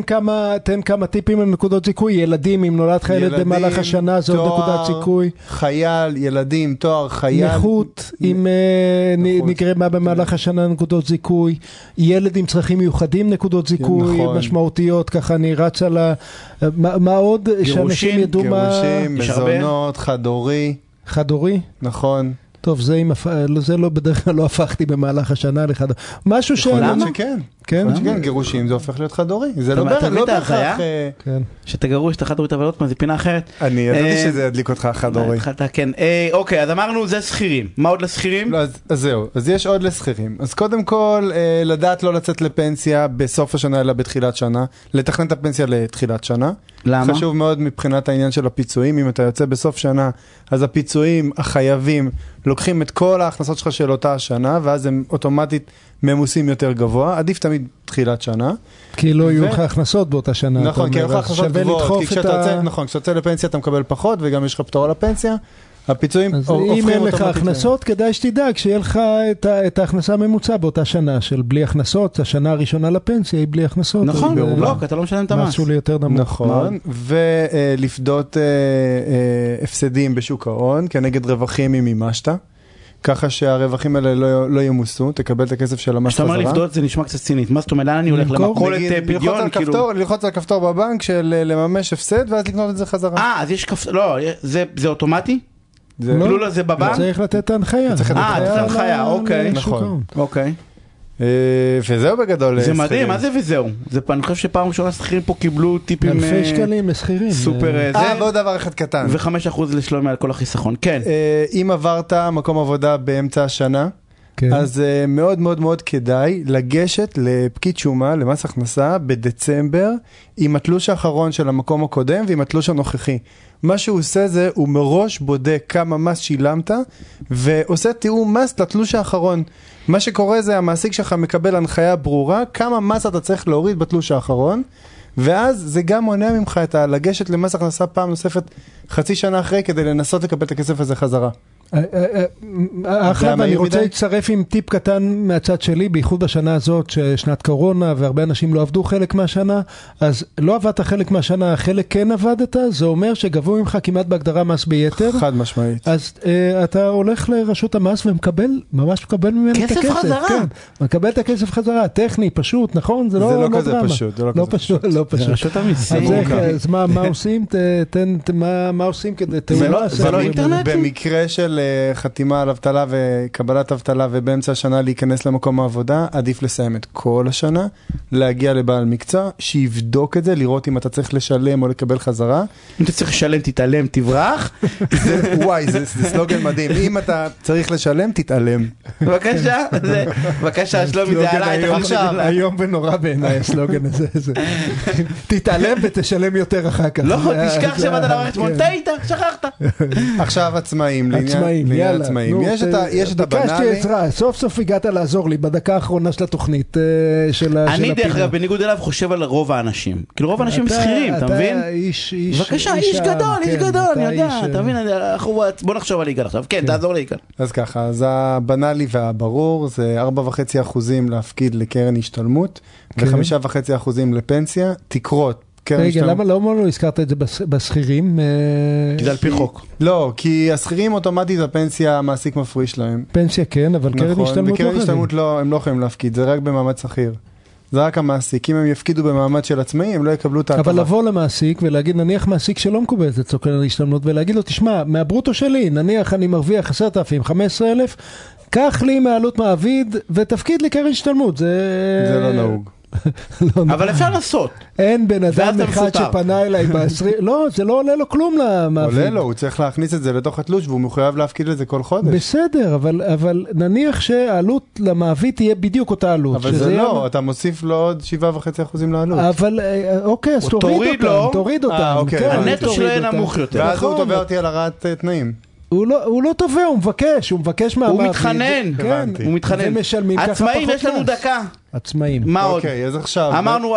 תן כמה טיפים על נקודות זיכוי, ילדים, אם נולד לך ילד במהלך השנה, זו נקודת זיכוי. חייל, ילדים, תואר, חייל. נכות, אם נקרא מה במהלך השנה נקודות זיכוי, ילד עם צרכים מיוחדים נקודות זיכוי, משמעותיות, ככה אני רץ על מה עוד, שאנשים ידעו מה... גירושים, מזונות, חד-הורי? נכון. טוב, זה לא בדרך כלל לא הפכתי במהלך השנה לחד... משהו ש... למה? שכן. כן, גירושים זה הופך להיות חד-הורי. זה לא בהכרח... שאתה גרוש, אתה חד-הורית, אבל עוד מה, זה פינה אחרת. אני ידעתי שזה ידליק אותך חד-הורי. כן. אוקיי, אז אמרנו, זה שכירים. מה עוד לשכירים? אז זהו, אז יש עוד לשכירים. אז קודם כל, לדעת לא לצאת לפנסיה בסוף השנה, אלא בתחילת שנה. לתכנן את הפנסיה לתחילת שנה. למה? חשוב מאוד מבחינת העניין של הפיצויים. אם אתה יוצא בסוף שנה, אז הפיצויים החייבים לוקחים את כל ההכנסות שלך של אותה השנה, ואז הם אוטומטית ממוסים יותר גבוה. עדיף תמיד תחילת שנה. כי לא יהיו לך הכנסות באותה שנה. נכון, כי יהיו לך הכנסות גבוהות. נכון, כשאתה יוצא לפנסיה אתה מקבל פחות, וגם יש לך פטור על הפנסיה. הפיצויים הופכים אם אין לך הכנסות, כדאי שתדאג שיהיה לך את ההכנסה הממוצע באותה שנה של בלי הכנסות, השנה הראשונה לפנסיה היא בלי הכנסות. נכון, לא, אתה לא משלם את המס. משהו לי יותר נמוך. נכון, ולפדות הפסדים בשוק ההון, כנגד רווחים אם מימשת, ככה שהרווחים האלה לא ימוסו, תקבל את הכסף של המס חזרה. כשאתה אומר לפדות זה נשמע קצת צינית, מה זאת אומרת, לאן אני הולך למכולת פדיון? ללחוץ על כפתור בבנק של לממש הפסד, ואז לקנות את זה חזרה. אז יש כפתור, לא, זה אוטומטי? לא, זה בבנק? צריך לתת את ההנחיה. צריך לתת ההנחיה, אוקיי. נכון. אוקיי. וזהו בגדול. זה מדהים, מה זה וזהו? אני חושב שפעם ראשונה שכירים פה קיבלו טיפים... אלפי שקלים לשכירים. סופר... ועוד דבר אחד קטן. ו5% לשלומי על כל החיסכון, כן. אם עברת מקום עבודה באמצע השנה, אז מאוד מאוד מאוד כדאי לגשת לפקיד שומה, למס הכנסה, בדצמבר, עם התלוש האחרון של המקום הקודם ועם התלוש הנוכחי. מה שהוא עושה זה, הוא מראש בודק כמה מס שילמת, ועושה תיאום מס לתלוש האחרון. מה שקורה זה, המעסיק שלך מקבל הנחיה ברורה, כמה מס אתה צריך להוריד בתלוש האחרון, ואז זה גם מונע ממך את לגשת למס הכנסה פעם נוספת חצי שנה אחרי, כדי לנסות לקבל את הכסף הזה חזרה. אני רוצה להצטרף עם טיפ קטן מהצד שלי, בייחוד בשנה הזאת ששנת קורונה והרבה אנשים לא עבדו חלק מהשנה, אז לא עבדת חלק מהשנה, חלק כן עבדת, זה אומר שגבו ממך כמעט בהגדרה מס ביתר, חד משמעית. אז אתה הולך לרשות המס ומקבל, ממש מקבל ממנו את הכסף. כסף חזרה. כן, מקבל את הכסף חזרה, טכני, פשוט, נכון? זה לא כזה פשוט. לא פשוט. רשות המיסים. אז מה עושים? מה עושים כדי... זה לא אינטרנט? במקרה של חתימה על אבטלה וקבלת אבטלה ובאמצע השנה להיכנס למקום העבודה, עדיף לסיים את כל השנה, להגיע לבעל מקצוע, שיבדוק את זה, לראות אם אתה צריך לשלם או לקבל חזרה. אם אתה צריך לשלם, תתעלם, תברח. וואי, זה סלוגן מדהים. אם אתה צריך לשלם, תתעלם. בבקשה, שלומי, זה עליי, עכשיו. היום ונורא בעיניי הסלוגן הזה. תתעלם ותשלם יותר אחר כך. לא, תשכח שבאת לארץ, מונטאית, שכחת. עכשיו עצמאים, לעניין עצמאים. יש את הבנאלי. ביקשתי עזרה, סוף סוף הגעת לעזור לי בדקה האחרונה של התוכנית של הפינה. אני דרך אגב, בניגוד אליו, חושב על רוב האנשים. כאילו רוב האנשים מסחירים, אתה מבין? בבקשה, איש גדול, אני יודע, אתה מבין? בוא נחשוב על יגאל עכשיו. כן, תעזור לי יגאל. אז ככה, אז הבנאלי והברור זה 4.5% להפקיד לקרן השתלמות, ו5.5% לפנסיה, תקרות. רגע, למה לא הזכרת את זה בסחירים? כי זה על פי חוק. לא, כי הסחירים אוטומטית הפנסיה המעסיק מפריש להם. פנסיה כן, אבל קרן השתלמות לא חייבים. וקרן השתלמות הם לא יכולים להפקיד, זה רק במעמד שכיר. זה רק המעסיק. אם הם יפקידו במעמד של עצמאי, הם לא יקבלו את ההטבה. אבל לבוא למעסיק ולהגיד, נניח מעסיק שלא מקבל את זה קרן השתלמות, ולהגיד לו, תשמע, מהברוטו שלי, נניח אני מרוויח 10,000, 15,000, קח לי מעלות מעביד ותפקיד לי קרן השתלמות. זה לא נהוג. אבל אפשר לעשות. אין בן אדם אחד שפנה אליי לא, זה לא עולה לו כלום למעביד. עולה לו, הוא צריך להכניס את זה לתוך התלוש, והוא מחויב להפקיד לזה כל חודש. בסדר, אבל נניח שהעלות למעביד תהיה בדיוק אותה עלות. אבל זה לא, אתה מוסיף לו עוד 7.5% לעלות. אבל אוקיי, אז תוריד אותם. הנטו שלהם נמוך יותר. ואז הוא תובע אותי על הרעת תנאים. הוא לא תובע, הוא מבקש מהמעביד. הוא מתחנן. הוא מתחנן. עצמאים, יש לנו דקה. עצמאים. מה עוד? אוקיי, אז עכשיו. אמרנו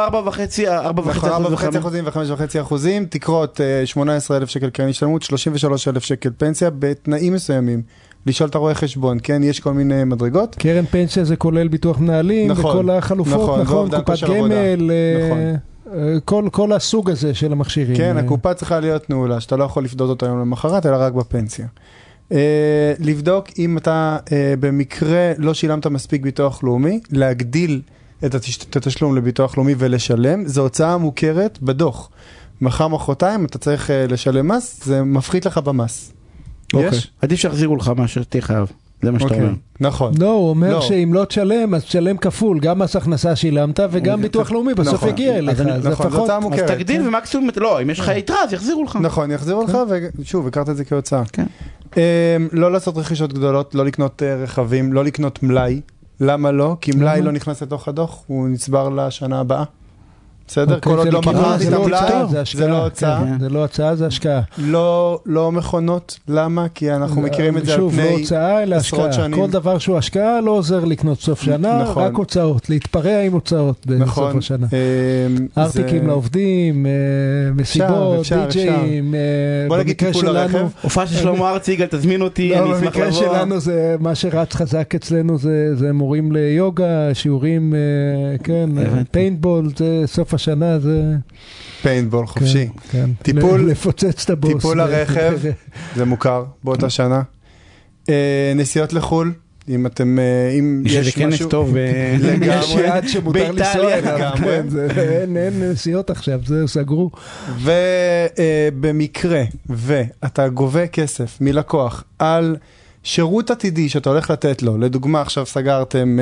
4.5% ו5.5%, תקרות 18,000 שקל קרן השתלמות, 33,000 שקל פנסיה, בתנאים מסוימים. לשאול את הרואה חשבון, כן, יש כל מיני מדרגות. קרן פנסיה זה כולל ביטוח מנהלים, וכל החלופות, נכון, קופת גמל, כל הסוג הזה של המכשירים. כן, הקופה צריכה להיות נעולה, שאתה לא יכול לפדות אותה היום למחרת, אלא רק בפנסיה. לבדוק אם אתה במקרה לא שילמת מספיק ביטוח לאומי, להגדיל את התשלום לביטוח לאומי ולשלם, זו הוצאה מוכרת בדוח. מחר-מחרתיים אתה צריך לשלם מס, זה מפחית לך במס. יש? עדיף שיחזירו לך מה שתהיה חייב. זה מה שאתה אומר. נכון. לא, הוא אומר שאם לא תשלם, אז תשלם כפול, גם מס הכנסה שילמת וגם ביטוח לאומי בסוף הגיע אליך. נכון, זו הוצאה מוכרת. אז תגדיל ומקסימום, לא, אם יש לך יתרה, אז יחזירו לך. נכון, יחזירו לך, ושוב, הכרת את זה כהוצאה. לא לעשות רכישות גדולות, לא לקנות רכבים, לא לקנות מלאי. למה לא? כי מלאי לא נכנס לתוך הדוח, הוא נצבר לשנה הבאה. בסדר? כל עוד לא מכרתי את המלאי, זה לא הוצאה. זה לא הוצאה, זה השקעה. לא מכונות, למה? כי אנחנו מכירים את זה על פני עשרות שנים. כל דבר שהוא השקעה לא עוזר לקנות סוף שנה, רק הוצאות, להתפרע עם הוצאות בסוף השנה. ארטיקים לעובדים, מסיבות, די-ג'יים, בוא נגיד טיפול לרכב. הופעה של שלמה ארצי, יגאל, תזמין אותי, אני אשמח לבוא. במקרה שלנו זה מה שרץ חזק אצלנו, זה מורים ליוגה, שיעורים, כן, פיינטבול, זה סוף השנה זה פיינטבול חופשי. לפוצץ את הבוס. טיפול הרכב, זה מוכר באותה שנה. נסיעות לחול, אם אתם, אם יש משהו טוב יש יעד שמותר לנסוע אליו, אין נסיעות עכשיו, זה סגרו. ובמקרה ואתה גובה כסף מלקוח על שירות עתידי שאתה הולך לתת לו, לדוגמה עכשיו סגרתם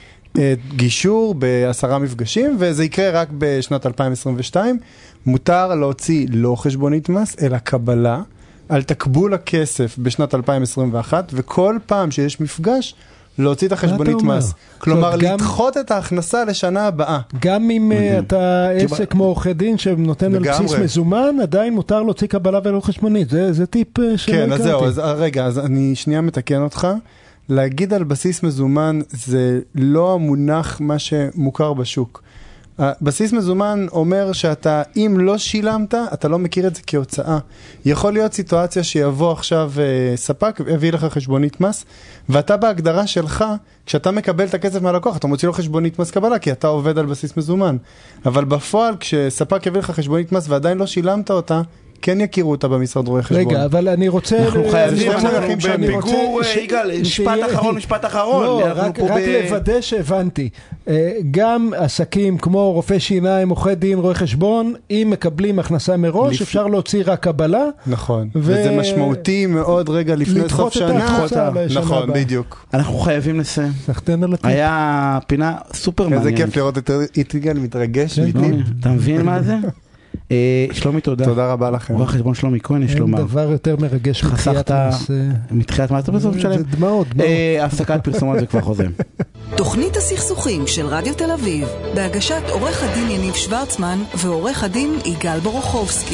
גישור ב10 מפגשים, וזה יקרה רק בשנת 2022, מותר להוציא לא חשבונית מס, אלא קבלה על תקבול הכסף בשנת 2021, וכל פעם שיש מפגש, להוציא את החשבונית מס. כלומר, לדחות את ההכנסה לשנה הבאה. גם אם אתה עסק כמו עורכי דין שנותן על בסיס מזומן, עדיין מותר להוציא קבלה ולא חשבונית. זה טיפ שלא הכרתי. כן, אז זהו, רגע, אז אני שנייה מתקן אותך. להגיד על בסיס מזומן זה לא המונח מה שמוכר בשוק. בסיס מזומן אומר שאתה, אם לא שילמת, אתה לא מכיר את זה כהוצאה. יכול להיות סיטואציה שיבוא עכשיו ספק, הביא לך חשבונית מס, ואתה בהגדרה שלך, כשאתה מקבל את הכסף מהלקוח, אתה מוציא לו חשבונית מס קבלה, כי אתה עובד על בסיס מזומן. אבל בפועל, כשספק הביא לך חשבונית מס ועדיין לא שילמת אותה, כן יכירו אותה במשרד רואי חשבון. רגע, אבל אני רוצה... אנחנו חייבים, בפיגור, יגאל, משפט אחרון. לא, רק לוודא שהבנתי. גם עסקים כמו רופא שיניים, עורכי דין, רואי חשבון, אם מקבלים הכנסה מראש, אפשר להוציא רק קבלה. נכון, וזה משמעותי מאוד רגע לפני סוף שנה. נכון, בדיוק. אנחנו חייבים לסיים. היה פינה סופר מעניין. איזה כיף לראות את יגאל מתרגש. אתה מבין מה זה? שלומי, תודה. תודה רבה לכם. רואה חשבון שלומי כהן, יש לומר. אין דבר יותר מרגש מתחיית מה אתה בסוף משלם? זה דמעות. הפסקת פרסומות וכבר חוזרים. תוכנית הסכסוכים של רדיו תל אביב, בהגשת עורך הדין יניב שוורצמן ועורך הדין יגאל בורוכובסקי.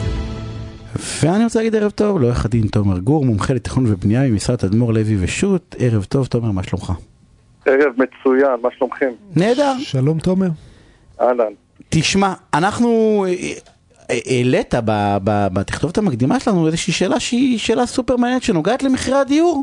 ואני רוצה להגיד ערב טוב לעורך הדין תומר גור, מומחה לתכנון ובנייה ממשרד אדמו"ר לוי ושות'. ערב טוב, תומר, מה שלומך? ערב מצוין, מה שלומכם? נהדר. שלום תומר. אהלן. תשמע, אנחנו העלית בתכתובת המקדימה שלנו איזושהי שאלה שהיא שאלה סופר מעניינת שנוגעת למחירי הדיור.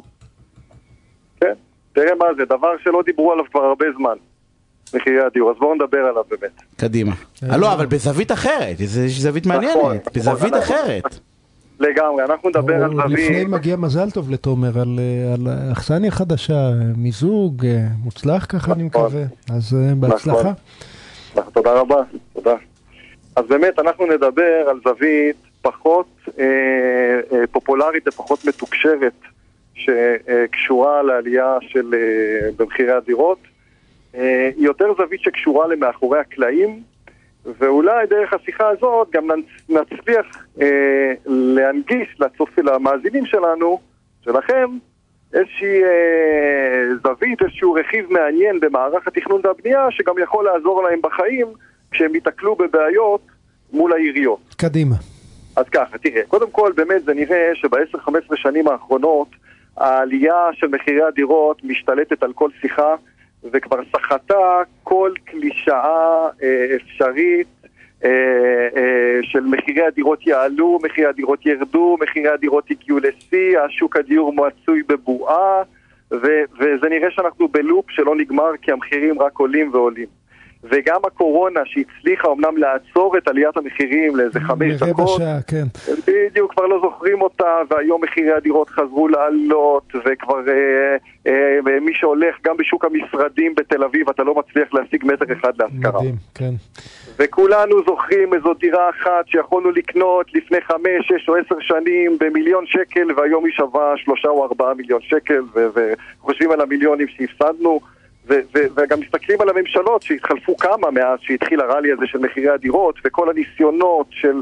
כן, תראה מה זה, דבר שלא דיברו עליו כבר הרבה זמן, מחירי הדיור, אז בואו נדבר עליו באמת. קדימה. לא, אבל בזווית אחרת, זו זווית מעניינת, בזווית אחרת. לגמרי, אנחנו נדבר על זווית. לפני מגיע מזל טוב לתומר על אכסניה חדשה, מיזוג, מוצלח ככה אני מקווה, אז בהצלחה. תודה רבה, תודה. אז באמת אנחנו נדבר על זווית פחות פופולרית ופחות מתוקשרת שקשורה לעלייה של במחירי הדירות, היא יותר זווית שקשורה למאחורי הקלעים, ואולי דרך השיחה הזאת גם נצליח להנגיש למאזינים שלנו, שלכם, איזושהי זווית, איזשהו רכיב מעניין במערך התכנון והבנייה, שגם יכול לעזור להם בחיים כשהם יתקלו בבעיות מול העיריות. קדימה. אז ככה, תראה, קודם כל באמת זה נראה שב-10-15 שנים האחרונות העלייה של מחירי הדירות משתלטת על כל שיחה, וכבר סחטה כל קלישאה אפשרית של מחירי הדירות יעלו, מחירי הדירות ירדו, מחירי הדירות הגיעו לשיא, השוק הדיור מצוי בבועה, וזה נראה שאנחנו בלופ שלא נגמר כי המחירים רק עולים ועולים. וגם הקורונה שהצליחה אמנם לעצור את עליית המחירים לאיזה 5 דקות, כן. בדיוק כבר לא זוכרים אותה, והיום מחירי הדירות חזרו לעלות, וכבר מי שהולך גם בשוק המשרדים בתל אביב, אתה לא מצליח להשיג מטר אחד להשכרה. מדהים, כן. וכולנו זוכרים איזו דירה אחת שיכולנו לקנות לפני 5, 6 או 10 שנים ב1,000,000 שקל, והיום היא שווה 3 או 4 מיליון שקל, וחושבים על המיליונים שהפסדנו. וגם מסתכלים על הממשלות שהתחלפו כמה מאז שהתחיל הרלי הזה של מחירי הדירות, וכל הניסיונות של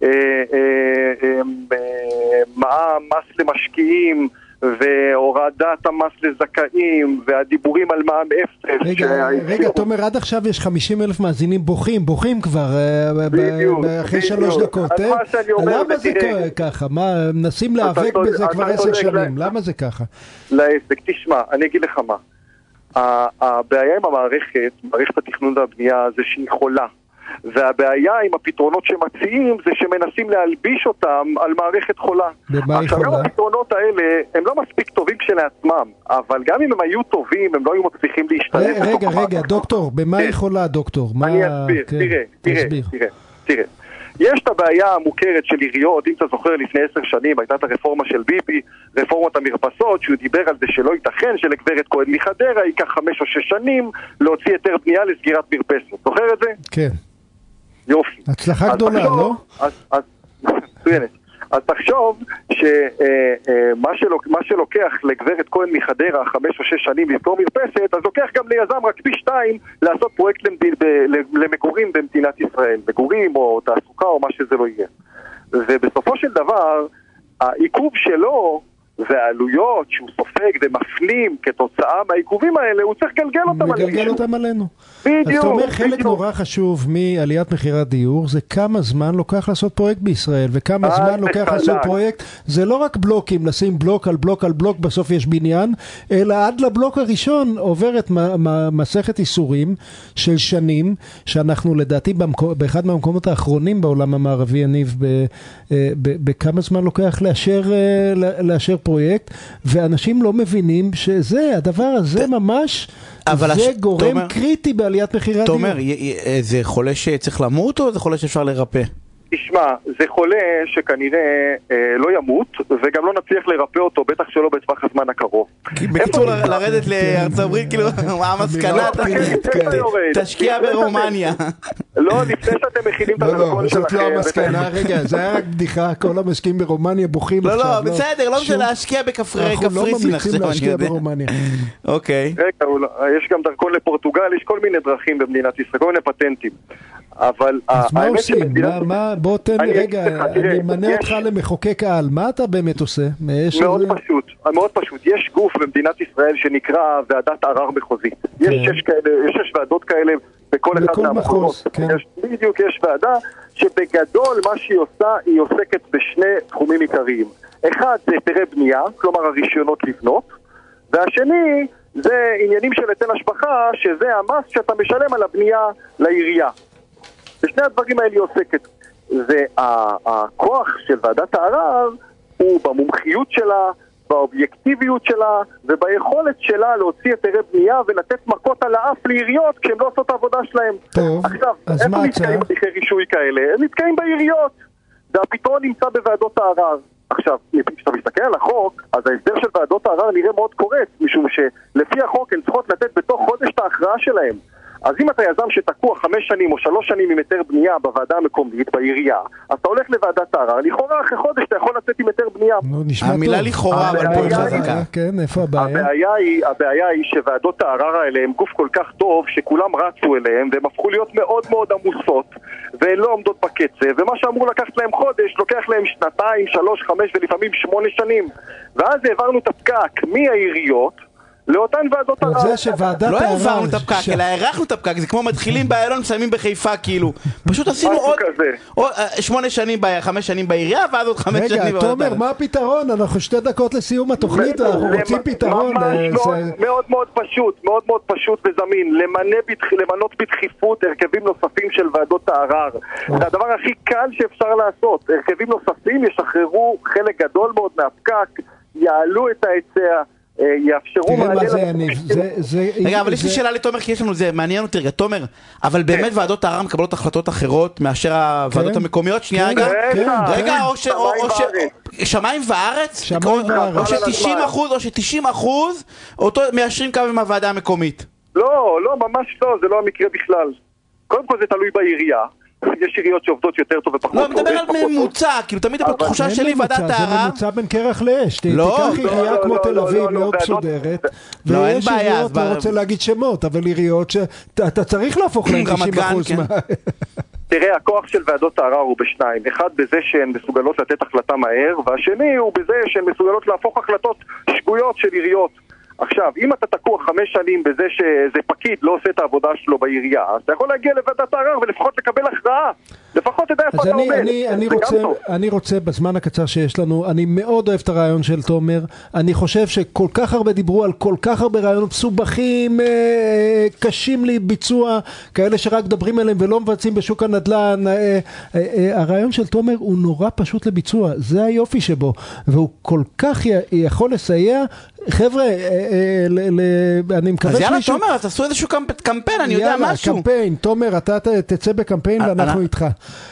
מס למשקיעים והורדת המס לזכאים והדיבורים על מע"מ אפס. רגע, תומר, עד עכשיו יש 50,000 מאזינים בוכים כבר אחרי 3 דקות. למה זה ככה? מנסים להיאבק בזה כבר 10 שנים, למה זה ככה? להפך, תשמע, אני אגיד לך מה. הבעיה עם מערכת התכנון והבנייה זה שהיא חולה, והבעיה עם הפתרונות שמציעים זה שמנסים להלביש אותם על מערכת חולה. עכשיו גם הפתרונות האלה הם לא מספיק טובים כשלעצמם, אבל גם אם הם היו טובים הם לא היו מצליחים להשתלב. רגע, דוקטור, במה היא חולה, דוקטור? אני אסביר, תראה. יש את הבעיה המוכרת של עיריות, אם אתה זוכר לפני 10 שנים הייתה את הרפורמה של ביבי, רפורמת המרפסות, שהוא דיבר על זה שלא ייתכן שלגברת כהן מחדרה ייקח 5 או 6 שנים להוציא היתר בנייה לסגירת מרפסת. זוכר את זה? כן. יופי. הצלחה גדולה, לא? מצוינת. אז תחשוב שמה שלוקח לגברת כהן מחדרה 5 או 6 שנים לסגור מרפסת, אז לוקח גם ליזם רק פי 2 לעשות פרויקט למגורים במדינת ישראל, מגורים או תעסוקה או מה שזה לא יהיה. ובסופו של דבר העיכוב שלו והעלויות שהוא סופג ומפנים כתוצאה מהעיכובים האלה, הוא צריך לגלגל אותם עלינו. בדיוק. אז אתה אומר, חלק נורא חשוב מעליית מחירי הדיור, זה כמה זמן לוקח לעשות פרויקט בישראל, וכמה זמן לוקח לעשות פרויקט, זה לא רק בלוקים, לשים בלוק על בלוק על בלוק, בסוף יש בניין, אלא עד לבלוק הראשון עוברת מסכת איסורים של שנים, שאנחנו לדעתי באחד מהמקומות האחרונים בעולם המערבי, יניב, בכמה זמן לוקח לאשר פרויקט, ואנשים לא מבינים שזה, הדבר הזה ממש, זה גורם קריטי בעליית מחירי הדיור. תומר, זה חולה שצריך למות או זה חולה שאפשר לרפא? תשמע, זה חולה שכנראה לא ימות, וגם לא נצליח לרפא אותו, בטח שלא בטווח הזמן הקרוב. בקיצור, לרדת לארצות הברית, כאילו, מה המסקנה? תשקיע ברומניה. לא, לפני שאתם מכינים את הדרכון שלכם. זאת לא המסקנה, רגע, זה היה רק בדיחה, כל המשקיעים ברומניה בוכים עכשיו. לא, בסדר, לא משנה להשקיע בקפריסין. אנחנו לא ממליצים להשקיע ברומניה. אוקיי. רגע, יש גם דרכון לפורטוגל, יש כל מיני דרכים במדינת ישראל, כל מיני פטנטים. אבל אז מה עושים? בוא תן לי רגע, אני מנה אותך למחוקק העל, מה אתה באמת עושה? מאוד פשוט, יש גוף במדינת ישראל שנקרא ועדת ערר מחוזית. יש 6 ועדות כאלה בכל אחד מהמחוזות. בדיוק יש ועדה שבגדול מה שהיא עושה, היא עוסקת בשני תחומים עיקריים. אחד זה היתרי בנייה, כלומר הרישיונות לבנות, והשני זה עניינים של היטל השבחה, שזה המס שאתה משלם על הבנייה לעירייה. בשני הדברים האלה היא עוסקת. והכוח של ועדת הערר הוא במומחיות שלה, באובייקטיביות שלה וביכולת שלה להוציא היתרי בנייה ולתת מכות על האף לעיריות כשהם לא עושות את העבודה שלהם. טוב, עכשיו, איפה נתקעים בתיכי רישוי כאלה? הם נתקעים בעיריות, והפתרון נמצא בוועדות הערר. עכשיו, כשאתה מסתכל על החוק, אז ההסדר של ועדות הערר נראה מאוד קורץ, משום שלפי החוק הן צריכות לתת בתוך חודש את ההכרעה שלהם. אז אם אתה יזם שתקוע 5 שנים או 3 שנים עם היתר בנייה בוועדה המקומית, בעירייה, אז אתה הולך לוועדת הערר, לכאורה אחרי חודש אתה יכול לצאת עם היתר בנייה. המילה לכאורה, אבל פה חזקה. כן, איפה הבעיה? הבעיה היא שוועדות הערר האלה הם גוף כל כך טוב שכולם רצו אליהם והם הפכו להיות מאוד מאוד עמוסות והן לא עומדות בקצב, ומה שאמור לקחת להם חודש לוקח להם 2, 3, 5 ולפעמים 8 שנים. ואז העברנו את הפקק מהעיריות לאותן ועדות הערר. זה שוועדת הערר... לא העברנו את הפקק, אלא הערכנו את הפקק. זה כמו מתחילים באיילון, מסיימים בחיפה, כאילו. פשוט עשינו עוד 8 שנים, 5 שנים בעירייה, ואז עוד 5 שנים... רגע, תומר, מה הפתרון? אנחנו 2 דקות לסיום התוכנית, אנחנו רוצים פתרון. מאוד מאוד פשוט, מאוד מאוד פשוט וזמין. למנות בדחיפות הרכבים נוספים של ועדות הערר. זה הדבר הכי קל שאפשר לעשות. הרכבים נוספים ישחררו חלק גדול מאוד מהפקק, יעלו את ההיצע, יאפשרו מעניין. רגע, אבל יש לי שאלה לתומר, כי יש לנו, זה מעניין אותי רגע, תומר, אבל באמת ועדות הערר מקבלות החלטות אחרות מאשר הוועדות המקומיות? שנייה רגע, או שמיים וארץ? או ש90% או ש90% אותו מיישרים קו עם הוועדה המקומית? לא, ממש לא, זה לא המקרה בכלל. קודם כל זה תלוי בעירייה. יש עיריות שעובדות יותר טוב ופחות טוב. לא, מדבר על ממוצע, כאילו תמיד בתחושה שלי ועדת הערר... זה ממוצע בין קרח לאש. תיקח עירייה כמו תל אביב מאוד מסודרת, ויש עיריות, לא רוצה להגיד שמות, אבל עיריות שאתה צריך להפוך להם 90% מה... תראה, הכוח של ועדות הערר הוא בשניים. אחד בזה שהן מסוגלות לתת החלטה מהר, והשני הוא בזה שהן מסוגלות להפוך החלטות שגויות של עיריות. עכשיו, אם אתה תקוע 5 שנים בזה שזה פקיד לא עושה את העבודה שלו בעירייה, אז אתה יכול להגיע לוועדת הערר ולפחות לקבל הכרעה. לפחות תדע איפה אתה עומד. אני רוצה, בזמן הקצר שיש לנו, אני מאוד אוהב את הרעיון של תומר. אני חושב שכל כך הרבה דיברו על כל כך הרבה רעיונות מסובכים, קשים לביצוע, כאלה שרק מדברים עליהם ולא מבצעים בשוק הנדל"ן. הרעיון של תומר הוא נורא פשוט לביצוע. זה היופי שבו. והוא כל כך יכול לסייע. חבר'ה, אני מקווה אז יאללה, תומר, אז תעשו איזשהו קמפיין, אני יודע משהו. יאללה, קמפיין, תומר, אתה תצא בקמפיין ואנחנו איתך.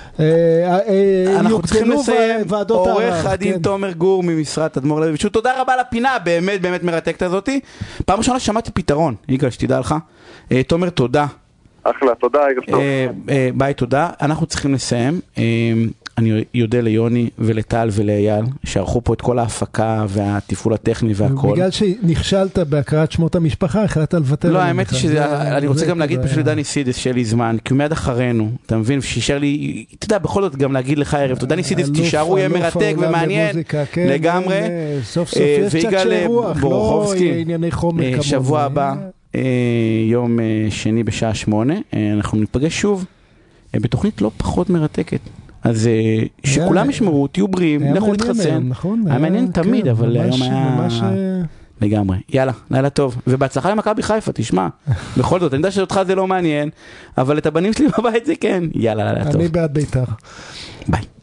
אנחנו צריכים לסיים. עורך הדין תומר גור ממשרד תדמור לוי. פשוט תודה רבה לפינה, באמת באמת מרתקת הזאתי. פעם ראשונה שמעתי פתרון, יגאל, שתדע לך. תומר, תודה. אחלה, תודה, ערב טוב. ביי, תודה. אנחנו צריכים לסיים. אני יודע ליוני ולטל ולאייל שערכו פה את כל ההפקה והטיפול הטכני והכל. בגלל שנכשלת בהקראת שמות המשפחה, החלטת לבטל. לא, האמת היא שאני רוצה גם להגיד פשוט לדני סידס שלי זמן, כי הוא מיד אחרינו, אתה מבין, שישר לי, אתה יודע, בכל זאת גם להגיד לך ערב, דני סידס, תישארו, יהיה מרתק ומעניין לגמרי. סוף סוף יש קצת של רוח, לא ענייני חומר כמובן. שבוע הבא, יום שני בשעה 8, אנחנו ניפגש שוב בתוכנית לא פחות מרתקת. אז שכולם ישמרו, תהיו בריאים, לכו להתחסן. היה מעניין תמיד, אבל היום היה לגמרי. יאללה, לילה טוב. ובהצלחה למכבי חיפה, תשמע. בכל זאת, אני יודע שאותך זה לא מעניין, אבל את הבנים שלי בבית זה כן. יאללה, לילה טוב. אני בעד בית"ר. ביי.